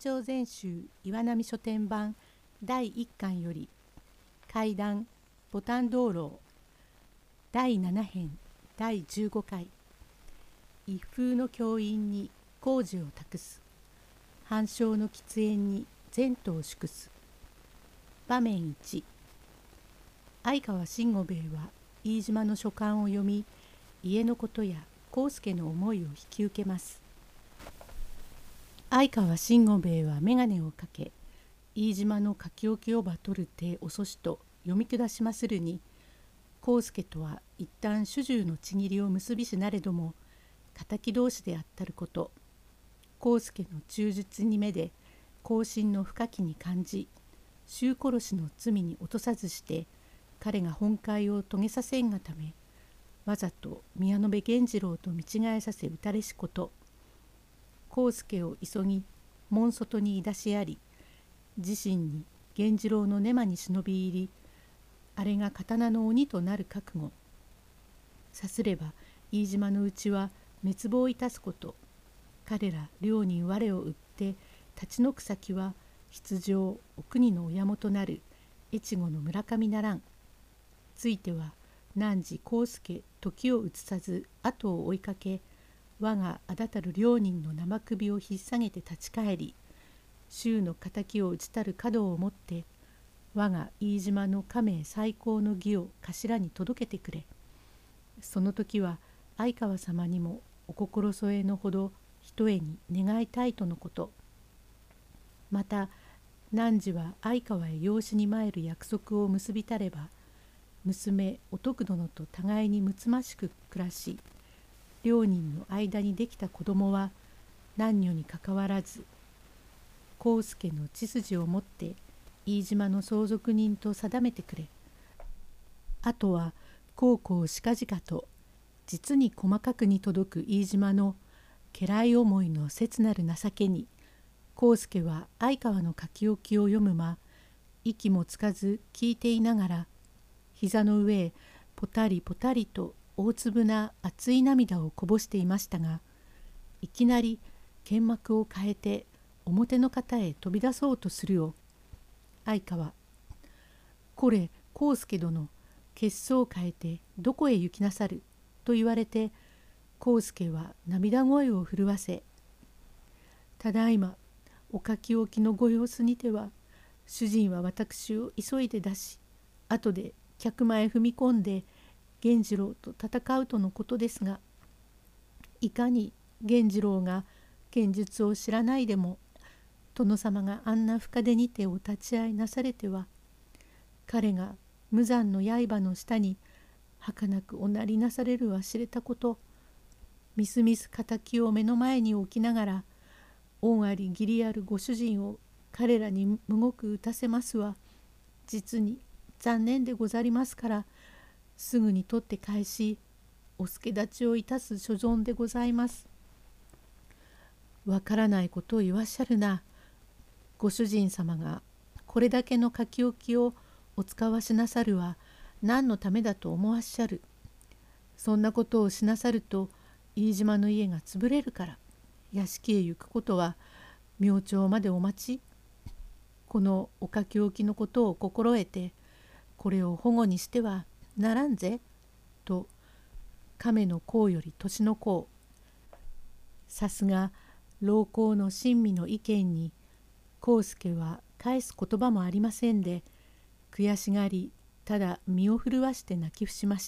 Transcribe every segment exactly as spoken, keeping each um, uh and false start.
長全集岩波書店版だいいっかんより怪談ボタン道路だいなな編だいじゅうごかい一風の教員に工事を託す反証の喫煙に前途を祝す場面いち相川慎吾兵衛は飯島の書簡を読み家のことや康介の思いを引き受けます。相川慎吾兵衛は眼鏡をかけ飯島の書き置きをばとる手遅しと読み下しまするに康介とは一旦主従のちぎりを結びしなれども敵同士であったること康介の忠実に目で後進の深きに感じ衆殺しの罪に落とさずして彼が本懐を遂げさせんがためわざと宮野辺源次郎と見違えさせ打たれしこと康介を急ぎ門外にい出しあり自身に源次郎の根間に忍び入りあれが刀の鬼となる覚悟さすれば飯島のうちは滅亡いたすこと彼ら両人我を売って立ち退く先は筆上お国の親元なる越後の村上ならんついては汝康介時を移さず後を追いかけ我があだたる両人の生首を引っ提げて立ち返り衆の敵を打ちたる角をもって我が飯島の家名最高の義を頭に届けてくれ。その時は相川様にもお心添えのほどひとえに願いたいとのこと。また汝は相川へ養子に参る約束を結びたれば娘お徳殿と互いにむつましく暮らし両人の間にできた子供は男女にかかわらず康介の血筋をもって飯島の相続人と定めてくれ。あとは孝行しかじかと実に細かくに届く飯島の家来思いの切なる情けに康介は相川の書き置きを読む間息もつかず聞いていながら膝の上へポタリポタリと大粒な熱い涙をこぼしていましたがいきなり剣幕を変えて表の方へ飛び出そうとするよ。相川これ康介殿血相を変えてどこへ行きなさると言われて康介は涙声を震わせただいまお書き置きのご様子にては主人は私を急いで出し後で客間へ踏み込んで源次郎と戦うとのことですがいかに源次郎が剣術を知らないでも殿様があんな深手にてお立ち会いなされては彼が無残の刃の下に儚くおなりなされるは知れたことみすみす敵を目の前に置きながら恩あり義理あるご主人を彼らにむごく打たせますは実に残念でござりますからすぐに取って返しお助立ちをいたす所存でございます。わからないことを言わっしゃるな。ご主人様がこれだけの書き置きをお使わしなさるは何のためだと思わっしゃる。そんなことをしなさると飯島の家が潰れるから屋敷へ行くことは明朝までお待ち。このお書き置きのことを心得てこれを保護にしてはならんぜと亀の甲より年の甲さすが老公の親身の意見に康介は返す言葉もありませんで悔しがりただ身を震わして泣き伏しました。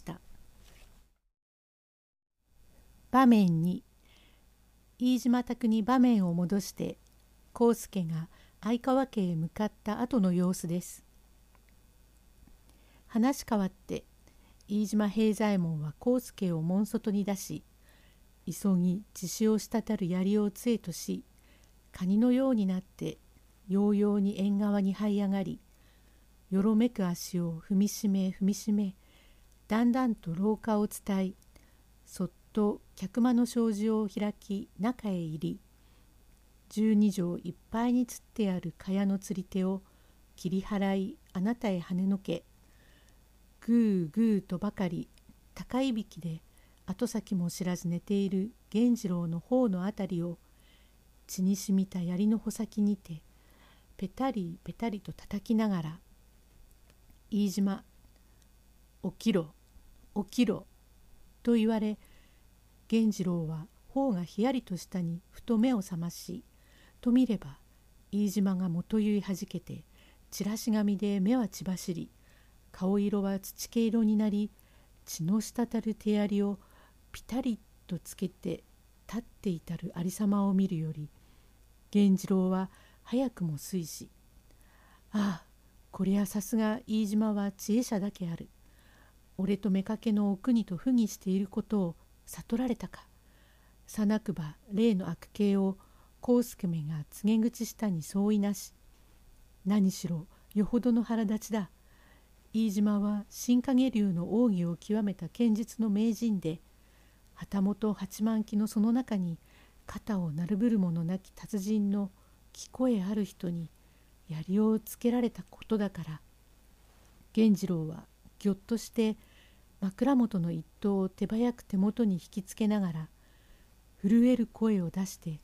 場面に飯島宅に場面を戻して康介が相川家へ向かった後の様子です。話変わって飯島平左衛門は康介を門外に出し急ぎ自死を滴る槍を杖としカニのようになってようように縁側に這い上がりよろめく足を踏みしめ踏みしめだんだんと廊下を伝いそっと客間の障子を開き中へ入り十二畳いっぱいにつってある蚊帳の釣り手を切り払いあなたへ跳ねのけぐーぐーとばかり高いびきで後先も知らず寝ている源次郎の頬のあたりを血にしみた槍の穂先にてペタリペタリと叩きながら、飯島、起きろ、起きろ、と言われ、源次郎は頬がひやりとしたにふと目を覚まし、と見れば、飯島が元結いはじけて、チラシ紙で目は血走り、顔色は土毛色になり、血の滴る手槍をピタリとつけて立っていたるありさまを見るより、源次郎は早くも推し、ああ、こりゃさすが飯島は知恵者だけある。俺と妾のお国と不義していることを悟られたか。さなくば例の悪計を幸助めが告げ口したに相違なし。何しろよほどの腹立ちだ。飯島は新影流の奥義を極めた剣術の名人で、旗本八万騎のその中に肩をなるぶるものなき達人の聞こえある人に槍をつけられたことだから、源次郎はぎょっとして枕元の一刀を手早く手元に引きつけながら、震える声を出して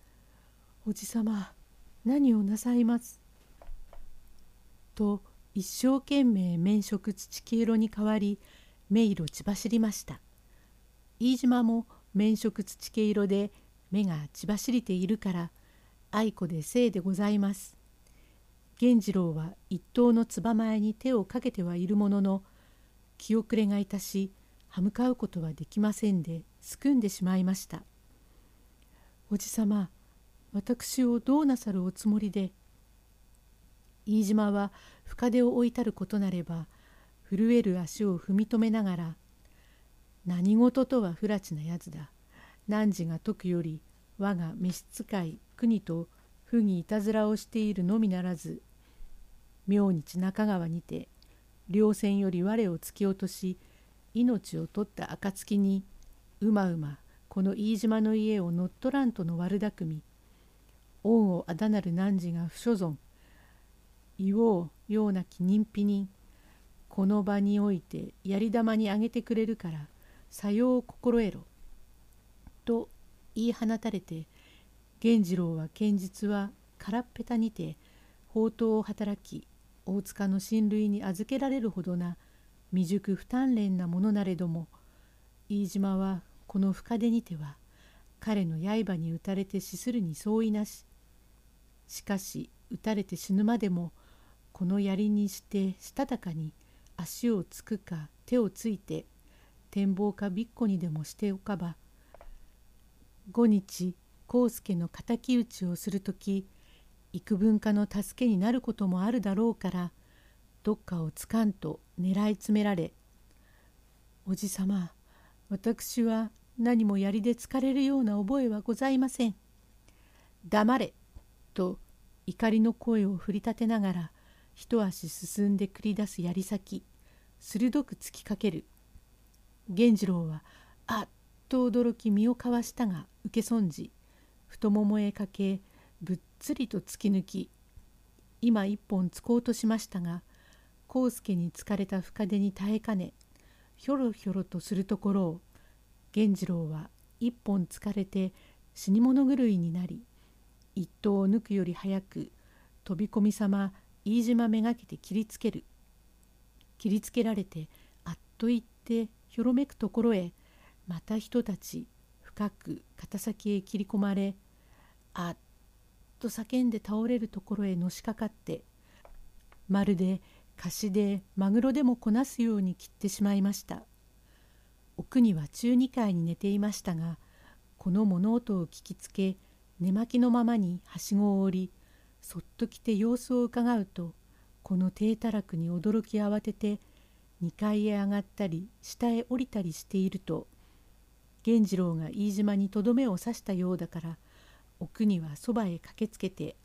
「おじさま、何をなさいます」と一生懸命面色土黄色に変わり、目色血走りました。飯島も面色土黄色で目が血走りているから愛子でせいでございます。源次郎は一刀のつば前に手をかけてはいるものの、気遅れがいたし歯向かうことはできませんですくんでしまいました。おじさま、私をどうなさるおつもりで。飯島は深手を置いたることなれば震える足を踏み止めながら、何事とは不埒なやつだ。汝が解くより我が召使い国と不義いたずらをしているのみならず、明日中川にて稜線より我を突き落とし命を取った暁に、うまうまこの飯島の家を乗っ取らんとの悪巧み、恩をあだなる汝が不所存、言おうようなき人否人、この場においてやり玉にあげてくれるからさよう心得ろ。と言い放たれて、源次郎は剣術は空っぺたにて宝刀を働き、大塚の親類に預けられるほどな未熟不鍛錬なものなれども、飯島はこの深手にては彼の刃に打たれて死するに相違なし。しかし打たれて死ぬまでもこの槍にしてしたたかに足をつくか手をついて展望かびっこにでもしておかば、後日幸助の敵討ちをするとき幾分かの助けになることもあるだろうから、どっかをつかんと狙い詰められ、おじさま、私は何も槍で疲れるような覚えはございません。黙れと怒りの声を振り立てながら一足進んで繰り出す槍先、鋭く突きかける。源次郎はあっと驚き身をかわしたが受け損じ、太ももへかけぶっつりと突き抜き、今一本突こうとしましたが、幸助に突かれた深手に耐えかね、ひょろひょろとするところを源次郎は一本突かれて死に物狂いになり、一刀を抜くより早く飛び込みさま飯島めがけて切りつける。切りつけられてあっといってひょろめくところへ、また人たち深く肩先へ切り込まれ、あっと叫んで倒れるところへのしかかって、まるでカシでマグロでもこなすように切ってしまいました。奥には中二階に寝ていましたが、この物音を聞きつけ、寝巻きのままにはしごを降り、そっと来て様子をうかがうと、この低たらくに驚き慌ててにかいへ上がったり下へ降りたりしていると、源次郎が飯島にとどめを刺したようだから、奥にはそばへ駆けつけて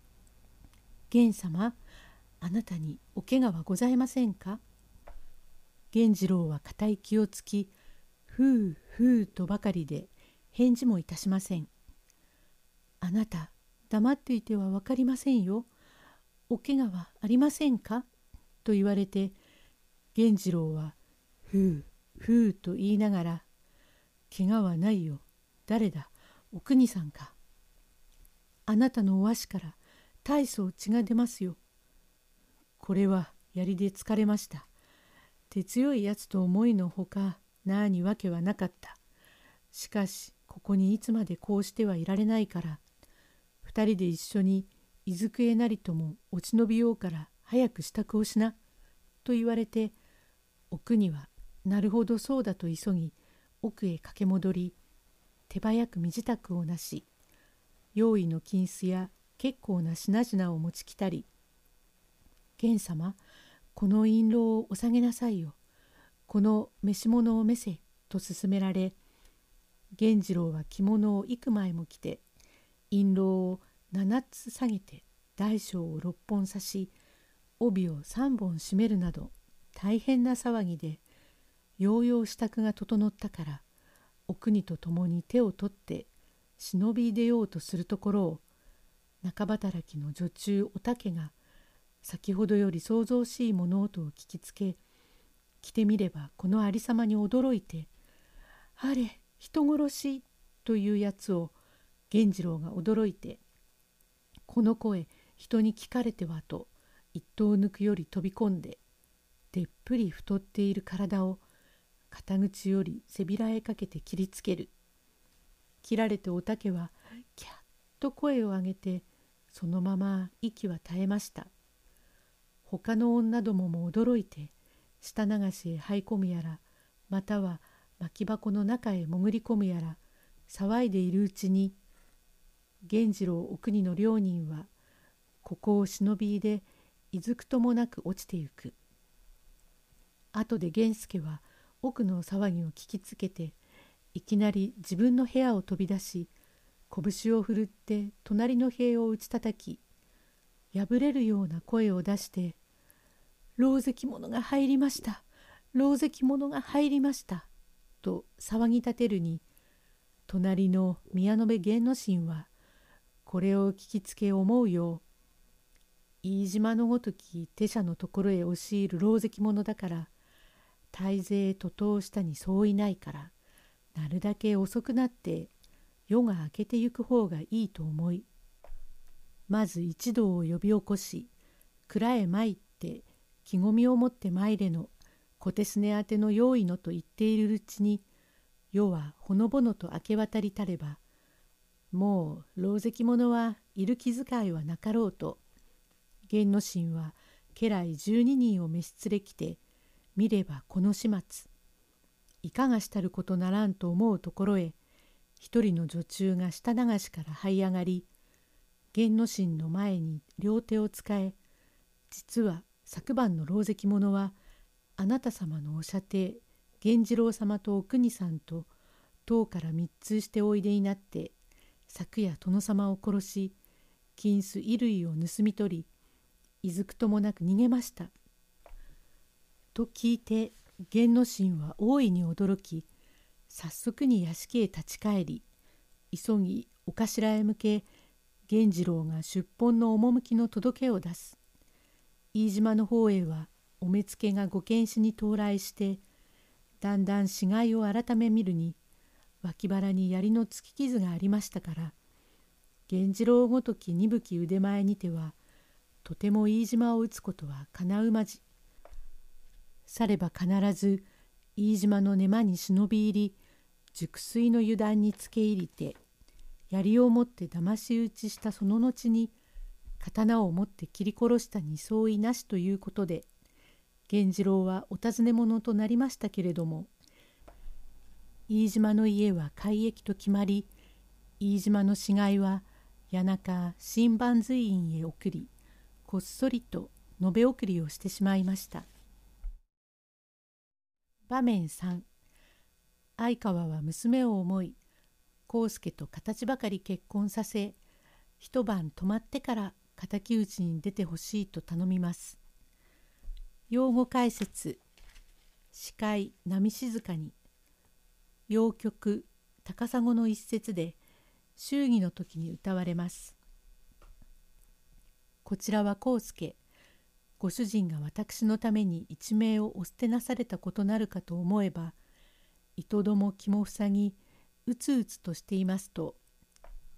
「源様、あなたにお怪我はございませんか?」。源次郎は固い気をつき、ふうふうとばかりで返事もいたしません。あなた、黙っていては分かりませんよ。お怪我はありませんか?」と言われて、源次郎はふうふうと言いながら、怪我はないよ。誰だ、お国さんか。 あなたのお足から大層血が出ますよ。これは槍で疲れました。手強いやつと思いのほかなにわけはなかった。しかしここにいつまでこうしてはいられないから、二人で一緒に伊豆久へなりとも落ち延びようから早く支度をしな、と言われて、お国はなるほどそうだと急ぎ奥へ駆け戻り、手早く身支度をなし、用意の金子や結構な品々を持ちきたり、源様、この印籠をお下げなさいよ。この召し物を召せ、と勧められ、源次郎は着物を幾枚も着て、印籠を七つ下げて大小を六本刺し、帯を三本締めるなど大変な騒ぎで、ようよう支度が整ったから、お国と共に手を取って忍び出ようとするところを、中働きの女中おたけが先ほどより騒々しい物音を聞きつけ、来てみればこのありさまに驚いて、あれ人殺しというやつを源次郎が驚いて、この声人に聞かれてはと一刀抜くより飛び込んで、でっぷり太っている体を肩口より背びらへかけて切りつける。切られておたけはキャッと声を上げて、そのまま息は絶えました。他の女どもも驚いて下流しへ這い込むやら、または巻箱の中へ潜り込むやら騒いでいるうちに、源次郎お国の両人はここを忍びでいずくともなく落ちてゆく。後で源助は奥の騒ぎを聞きつけて、いきなり自分の部屋を飛び出し、拳を振るって隣の塀を打ちたたき、破れるような声を出して「狼藉者が入りました、狼藉者が入りました」と騒ぎ立てるに、隣の宮野部源之進はこれを聞きつけ思うよう、飯島のごとき手者のところへ押し入る狼藉者だから、大勢徒党下にそういないから、なるだけ遅くなって夜が明けてゆく方がいいと思い、まず一同を呼び起こし、蔵へ参って気込みを持って参れの小手すね宛ての用意のと言っているうちに、夜はほのぼのと明け渡りたれば、もう狼藉者はいる気遣いはなかろうと、源之進は家来十二人を召し連れきて、見ればこの始末、いかがしたることならんと思うところへ、一人の女中が下流しから這い上がり、源之進の前に両手を使え、実は昨晩の狼藉者はあなた様のお舎弟源次郎様とお国さんと唐から密通しておいでになって、昨夜殿様を殺し、金子衣類を盗み取り、いずくともなく逃げました。と聞いて源之進は大いに驚き、早速に屋敷へ立ち返り、急ぎお頭へ向け、源次郎が出奔の趣の届けを出す。飯島の方へはお目付けがご検視に到来して、だんだん死骸を改め見るに、脇腹に槍の突き傷がありましたから、源次郎ごとき鈍き腕前にては、とても飯島を討つことはかなうまじ。されば必ず飯島の寝間に忍び入り、熟睡の油断につけ入りて、槍を持って騙し討ちしたその後に、刀を持って切り殺したに相違なしということで、源次郎はお尋ね者となりましたけれども、飯島の家は改易と決まり、飯島の死骸は谷中新番随院へ送り、こっそりと延べ送りをしてしまいました。場面さん。相川は娘を思い、康介と形ばかり結婚させ、一晩泊まってから敵討ちに出てほしいと頼みます。用語解説。司会波静かに。謡曲高砂の一節で祝儀の時に歌われます。こちらは康介。ご主人が私のために一命をお捨てなされたことなるかと思えば、糸戸も気も塞ぎ、うつうつとしていますと、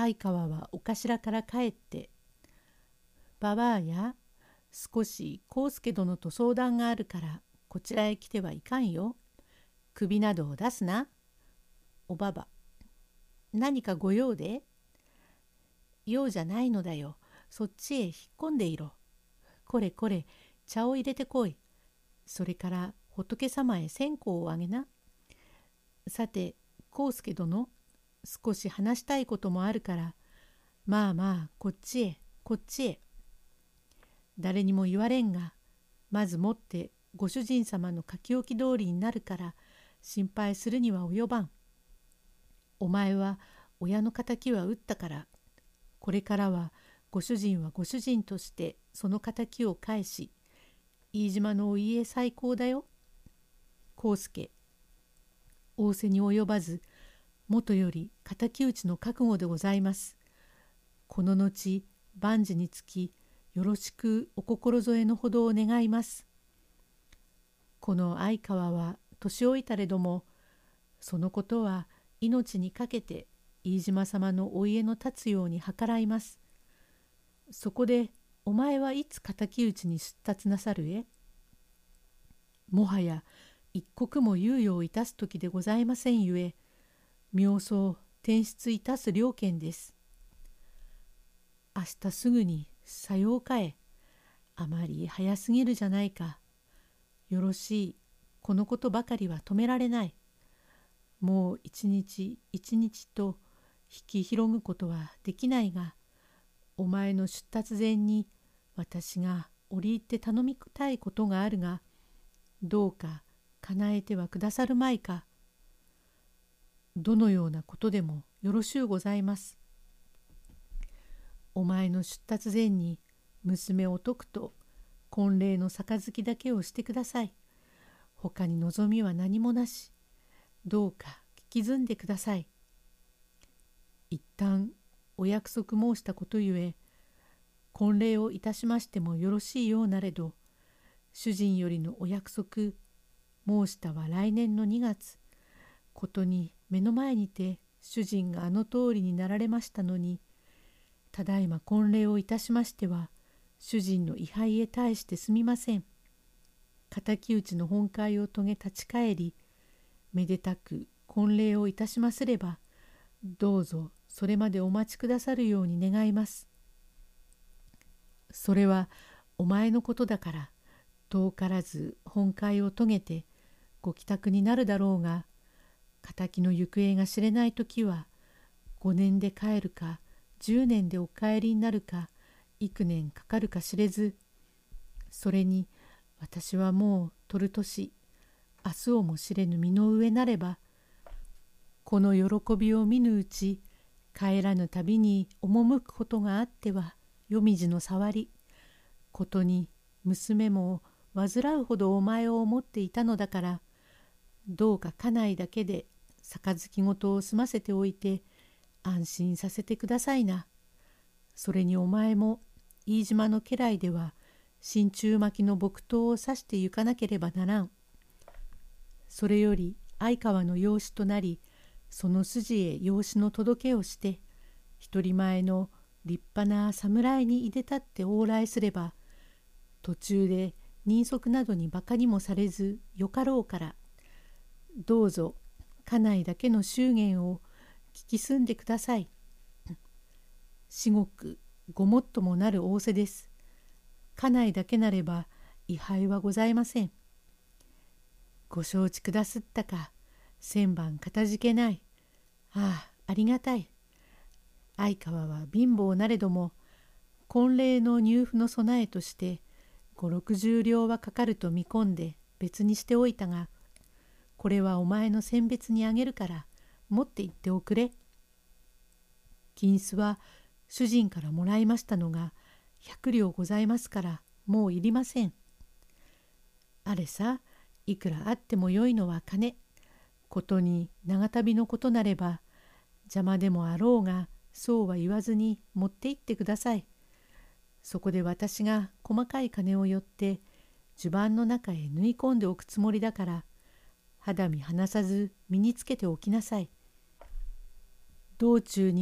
相川はお頭から帰って、ばばあや、少し康介殿と相談があるからこちらへ来てはいかんよ。首などを出すな。おばば、何かご用で？用じゃないのだよ。そっちへ引っ込んでいろ。これこれ、茶を入れてこい。それから仏様へ線香をあげな。さて、康介殿、少し話したいこともあるから、まあまあ、こっちへ、こっちへ。誰にも言われんが、まずもってご主人様の書き置き通りになるから心配するには及ばん。お前は親の敵は討ったから、これからはご主人はご主人としてその敵を返し、飯島のお家再興だよ。康介、仰せに及ばず、もとより敵討ちの覚悟でございます。この後万事につきよろしくお心添えのほどを願います。この相川は年老いたれども、そのことは命にかけて飯島様のお家の立つように計らいます。そこでお前はいつ敵討ちに出立なさるえ？もはや一刻も猶予をいたす時でございませんゆえ、妙相転出いたす了見です。明日すぐにさようかえ。あまり早すぎるじゃないか。よろしい。このことばかりは止められない。もう一日一日と引き広ぐことはできないが、お前の出立前に私が折り入って頼みたいことがあるが、どうか叶えてはくださるまいか。どのようなことでもよろしゅうございます。お前の出立前に娘を解くと婚礼の杯だけをしてください。他に望みは何もなし。どうか聞きずんでください。一旦お約束申したことゆえ、婚礼をいたしましてもよろしいようなれど、主人よりのお約束申したは来年のにがつ、ことに目の前にて主人があの通りになられましたのに、ただいま婚礼をいたしましては、主人の位牌へ対してすみません。敵討ちの本会を遂げ立ち返り、めでたく婚礼をいたしますれば、どうぞそれまでお待ちくださるように願います。それはお前のことだから、遠からず本会を遂げてご帰宅になるだろうが、敵の行方が知れないときは、ごねんで帰るか、じゅうねんでお帰りになるか、幾年かかるか知れず、それに私はもう取る年、明日をも知れぬ身の上なれば、この喜びを見ぬうち、帰らぬたびに赴くことがあっては、夜道の触り、ことに娘も煩うほどお前を思っていたのだから、どうか家内だけで杯ごとを済ませておいて、安心させてくださいな。それにお前も飯島の家来では真鍮巻きの木刀を刺して行かなければならん。それより相川の養子となり、その筋へ養子の届けをして、一人前の立派な侍にいでたって往来すれば、途中で人足などにバカにもされずよかろうから、どうぞ家内だけの祝言を聞きすんでください。至極ごもっともなる仰せです。家内だけなれば位牌はございません。ご承知くだすったか、千番かたじけない。ああ、ありがたい。相川は貧乏なれども、婚礼の入府の備えとして五六十両はかかると見込んで別にしておいたが、これはお前の選別にあげるから持って行っておくれ。金子は主人からもらいましたのが百両ございますからもういりません。あれさ、いくらあってもよいのは金。ことに長旅のことなれば邪魔でもあろうが、そうは言わずに持って行ってください。そこで私が細かい金をよって襦袢の中へ縫い込んでおくつもりだから、肌身離さず身につけておきなさい。道中には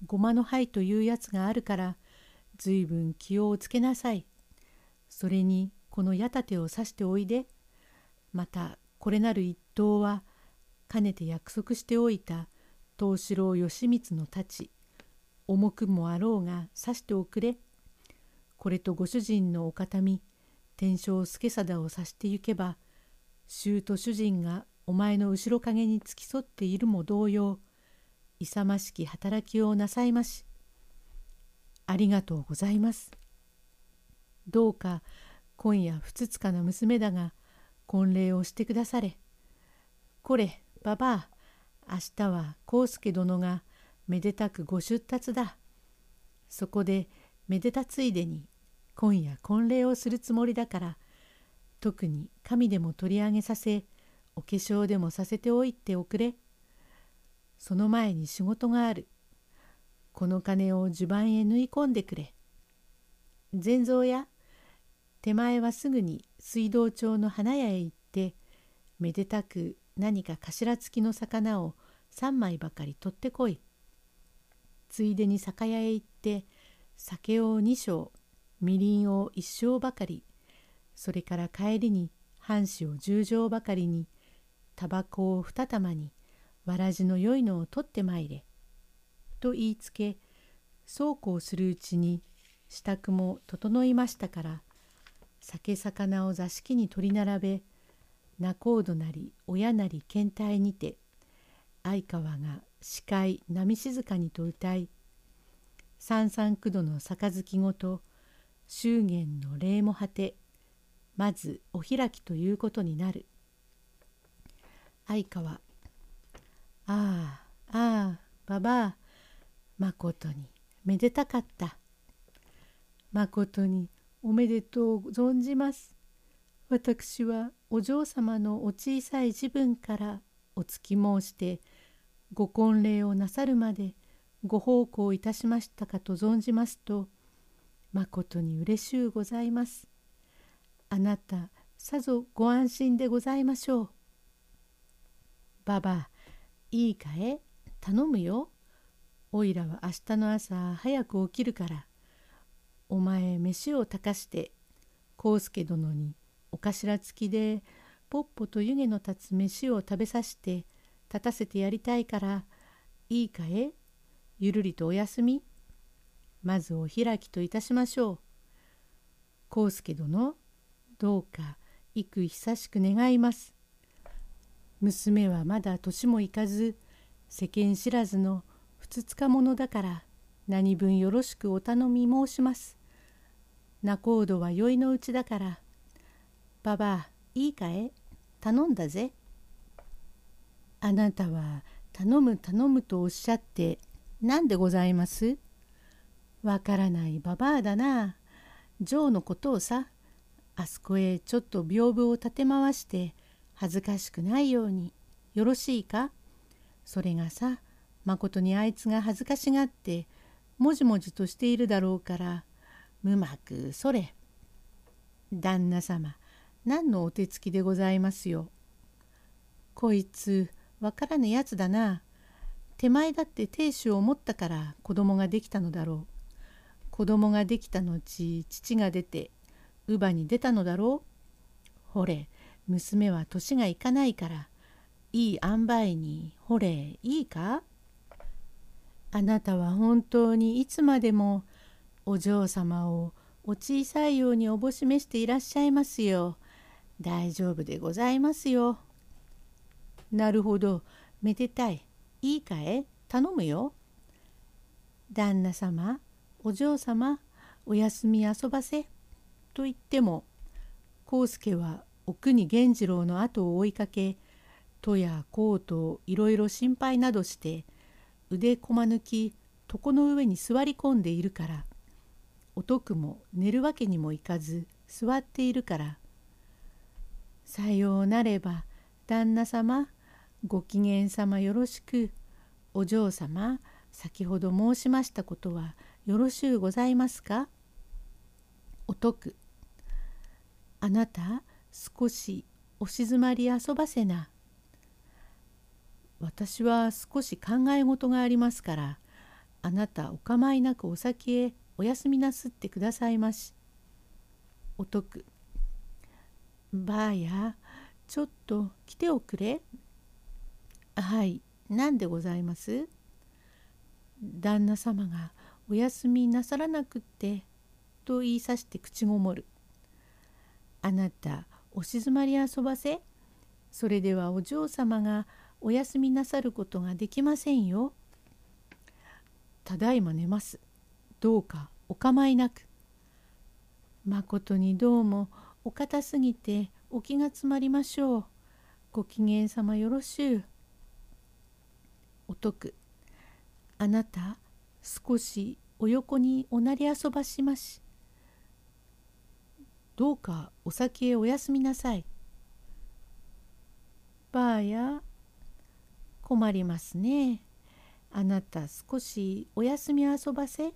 ごまの灰というやつがあるから、ずいぶん気をつけなさい。それにこの矢立てを刺しておいで。またこれなる一刀は、かねて約束しておいた藤四郎義満の太刀、重くもあろうが刺しておくれ。これとご主人のお形見、天正助貞を刺してゆけば、衆と主人がお前の後ろ影に付き添っているも同様、勇ましき働きをなさいまし。ありがとうございます。どうか今夜ふつつかな娘だが、婚礼をしてくだされ。これ、ばばあ、明日は康介殿がめでたくご出立だ。そこでめでたついでに今夜婚礼をするつもりだから、特に神でも取り上げさせ、お化粧でもさせておいておくれ。その前に仕事がある。この金を襦袢へ縫い込んでくれ。善蔵や、手前はすぐに水道町の花屋へ行って、めでたく何か頭付きの魚を三枚ばかり取ってこい。ついでに酒屋へ行って、酒を二升、みりんを一升ばかり、それから帰りに半紙を十錠ばかりに、タバコを二玉に、わらじの良いのを取ってまいれ。と言いつけ、そうこうするうちに支度も整いましたから、酒魚を座敷に取り並べ、仲人なり親なり検体にて、相川が司会波静かにと歌い、三三九度の杯ごと祝言の礼も果て、まずお開きということになる。相川、ああああばばあ、まことにめでたかった。まことにおめでとう存じます。私はお嬢様のお小さい時分からお付き申して、ご婚礼をなさるまでご奉公いたしましたかと存じますと、まことにうれしゅうございます。あなたさぞご安心でございましょう。ばば、いいかえ、頼むよ。おいらは明日の朝早く起きるから、お前飯を炊かして、康介殿にお頭付きでぽっぽと湯気の立つ飯を食べさして立たせてやりたいから、いいかえ、ゆるりとお休み。まずお開きといたしましょう。康介殿、どうか幾久しく願います。娘はまだ年もいかず、世間知らずのふつつか者だから、何分よろしくお頼み申します。仲人は宵のうちだから、ばば、いいかえ、頼んだぜ。あなたは頼む頼むとおっしゃって何でございます？わからないばばあだな。嬢のことをさ、あそこへちょっと屏風を立て回して恥ずかしくないようによろしいか？それがさ、まことにあいつが恥ずかしがってもじもじとしているだろうから、うまくそれ。旦那様、何のお手つきでございますよ。こいつわからぬやつだな。手前だって亭主を持ったから子供ができたのだろう。子供ができた後、父が出て乳母に出たのだろう。ほれ、娘は年がいかないから、いい塩梅に、ほれ、いいか？あなたは本当にいつまでもお嬢様をお小さいようにおぼしめしていらっしゃいますよ。大丈夫でございますよ。なるほど、めでたい。いいかえ、頼むよ。旦那様、お嬢様、お休み遊ばせ。と言っても、康介はお国源次郎の後を追いかけ、戸やコートをいろいろ心配などして、腕こま抜き床の上に座り込んでいるから、お徳も寝るわけにもいかず座っているから、さようなれば旦那様、ご機嫌様よろしく、お嬢様、先ほど申しましたことはよろしゅうございますか？お徳、あなた少しお静まり遊ばせな。私は少し考え事がありますから、 あなたお構いなくお先へお休みなすってくださいまし。お徳。ばあや、ちょっと来ておくれ。はい、何でございます？旦那様がお休みなさらなくって、と言いさして口ごもる。あなた、お静まり遊ばせ。それではお嬢様がお休みなさることができませんよ。ただいま寝ます。どうかお構いなく。まことにどうもお堅すぎてお気がつまりましょう。ご機嫌さまよろしゅう。お徳。あなた、少しお横におなり遊ばしまし。どうかお先へお休みなさい。ばあや、困りますね。あなた少しお休み遊ばせ。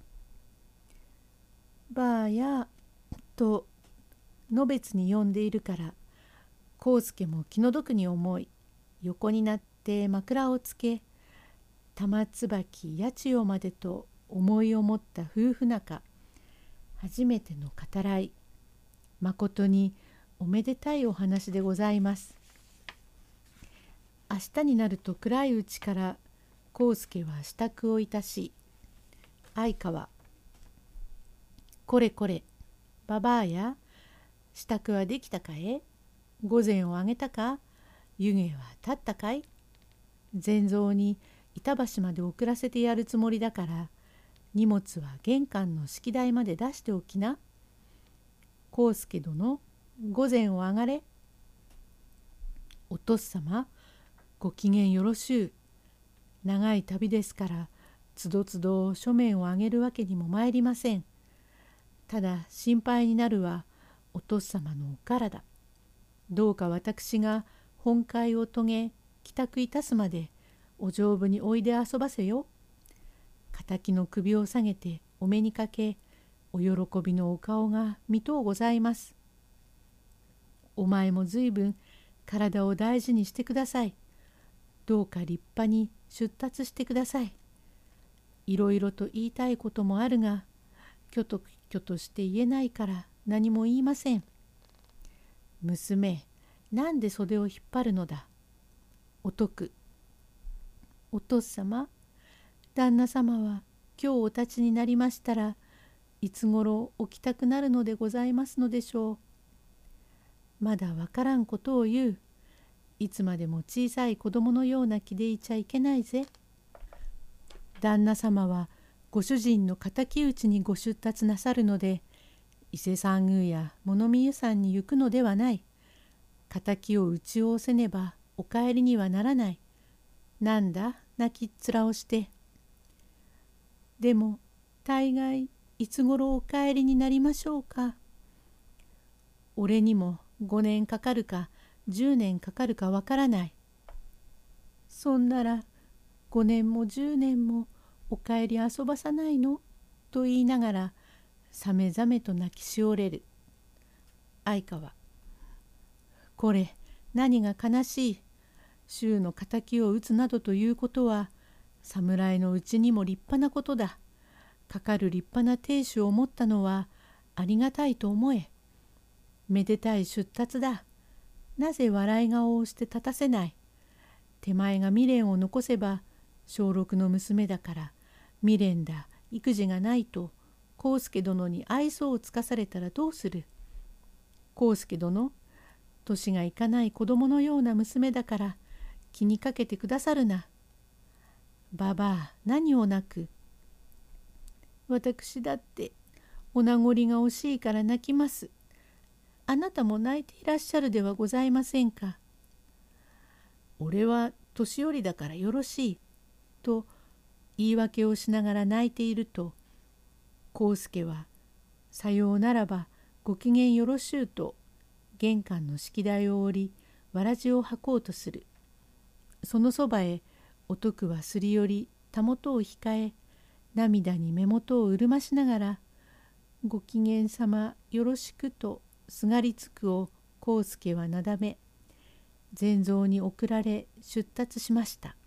ばあや、とのべつに呼んでいるから、康介も気の毒に思い、横になって枕をつけ、玉椿八千代までと思いを持った夫婦仲、初めての語らい、まことにおめでたいお話でございます。明日になると暗いうちから康介は支度をいたし、相川、これこれ、ばばあや、支度はできたかえ？御前をあげたか？湯気は立ったかい？禅蔵に板橋まで送らせてやるつもりだから、荷物は玄関の式台まで出しておきな。康介殿、御前をあがれ。お父様、ご機嫌よろしゅう。長い旅ですから、つどつど書面をあげるわけにもまいりません。ただ心配になるはお父様のお体。どうか私が本会を遂げ帰宅いたすまでお丈夫においで遊ばせよ。敵の首を下げてお目にかけ、お喜びのお顔が見とうございます。お前もずいぶん体を大事にしてください。どうか立派に出立してください。いろいろと言いたいこともあるが、きょときょとして言えないから何も言いません。娘、なんで袖を引っ張るのだ。お徳。お父様、旦那様は今日お立ちになりましたら、いつごろ起きたくなるのでございますのでしょう。まだわからんことを言う。いつまでも小さい子供のような気でいちゃいけないぜ。旦那様はご主人の敵討ちにご出立なさるので、伊勢山宮や物見湯山に行くのではない。敵を打ち仰せねばお帰りにはならない。なんだ泣きっ面をして。でも大概いつごろお帰りになりましょうか。俺にもごねんかかるかじゅうねんかかるかわからない。そんならごねんもじゅうねんもお帰り遊ばさないのと言いながらさめざめと泣きしおれる。相川、これ何が悲しい。衆の敵を討つなどということは侍のうちにも立派なことだ。かかる立派な亭主を持ったのはありがたいと思え。めでたい出立だ。なぜ笑い顔をして立たせない。手前が未練を残せば小六の娘だから未練だ育児がないと康介殿に愛想をつかされたらどうする。康介殿、年がいかない子供のような娘だから気にかけてくださるな。ばばあ、何を泣く。私だってお名残が惜しいから泣きます。あなたも泣いていらっしゃるではございませんか。俺は年寄りだからよろしいと言い訳をしながら泣いていると、康介はさようならばご機嫌よろしゅうと玄関の式台を降りわらじを履こうとする。そのそばへお徳はすり寄りたもとを控え、涙に目元を潤ましながら「ご機嫌さまよろしく」とすがりつくを康介はなだめ、禅蔵に送られ出立しました。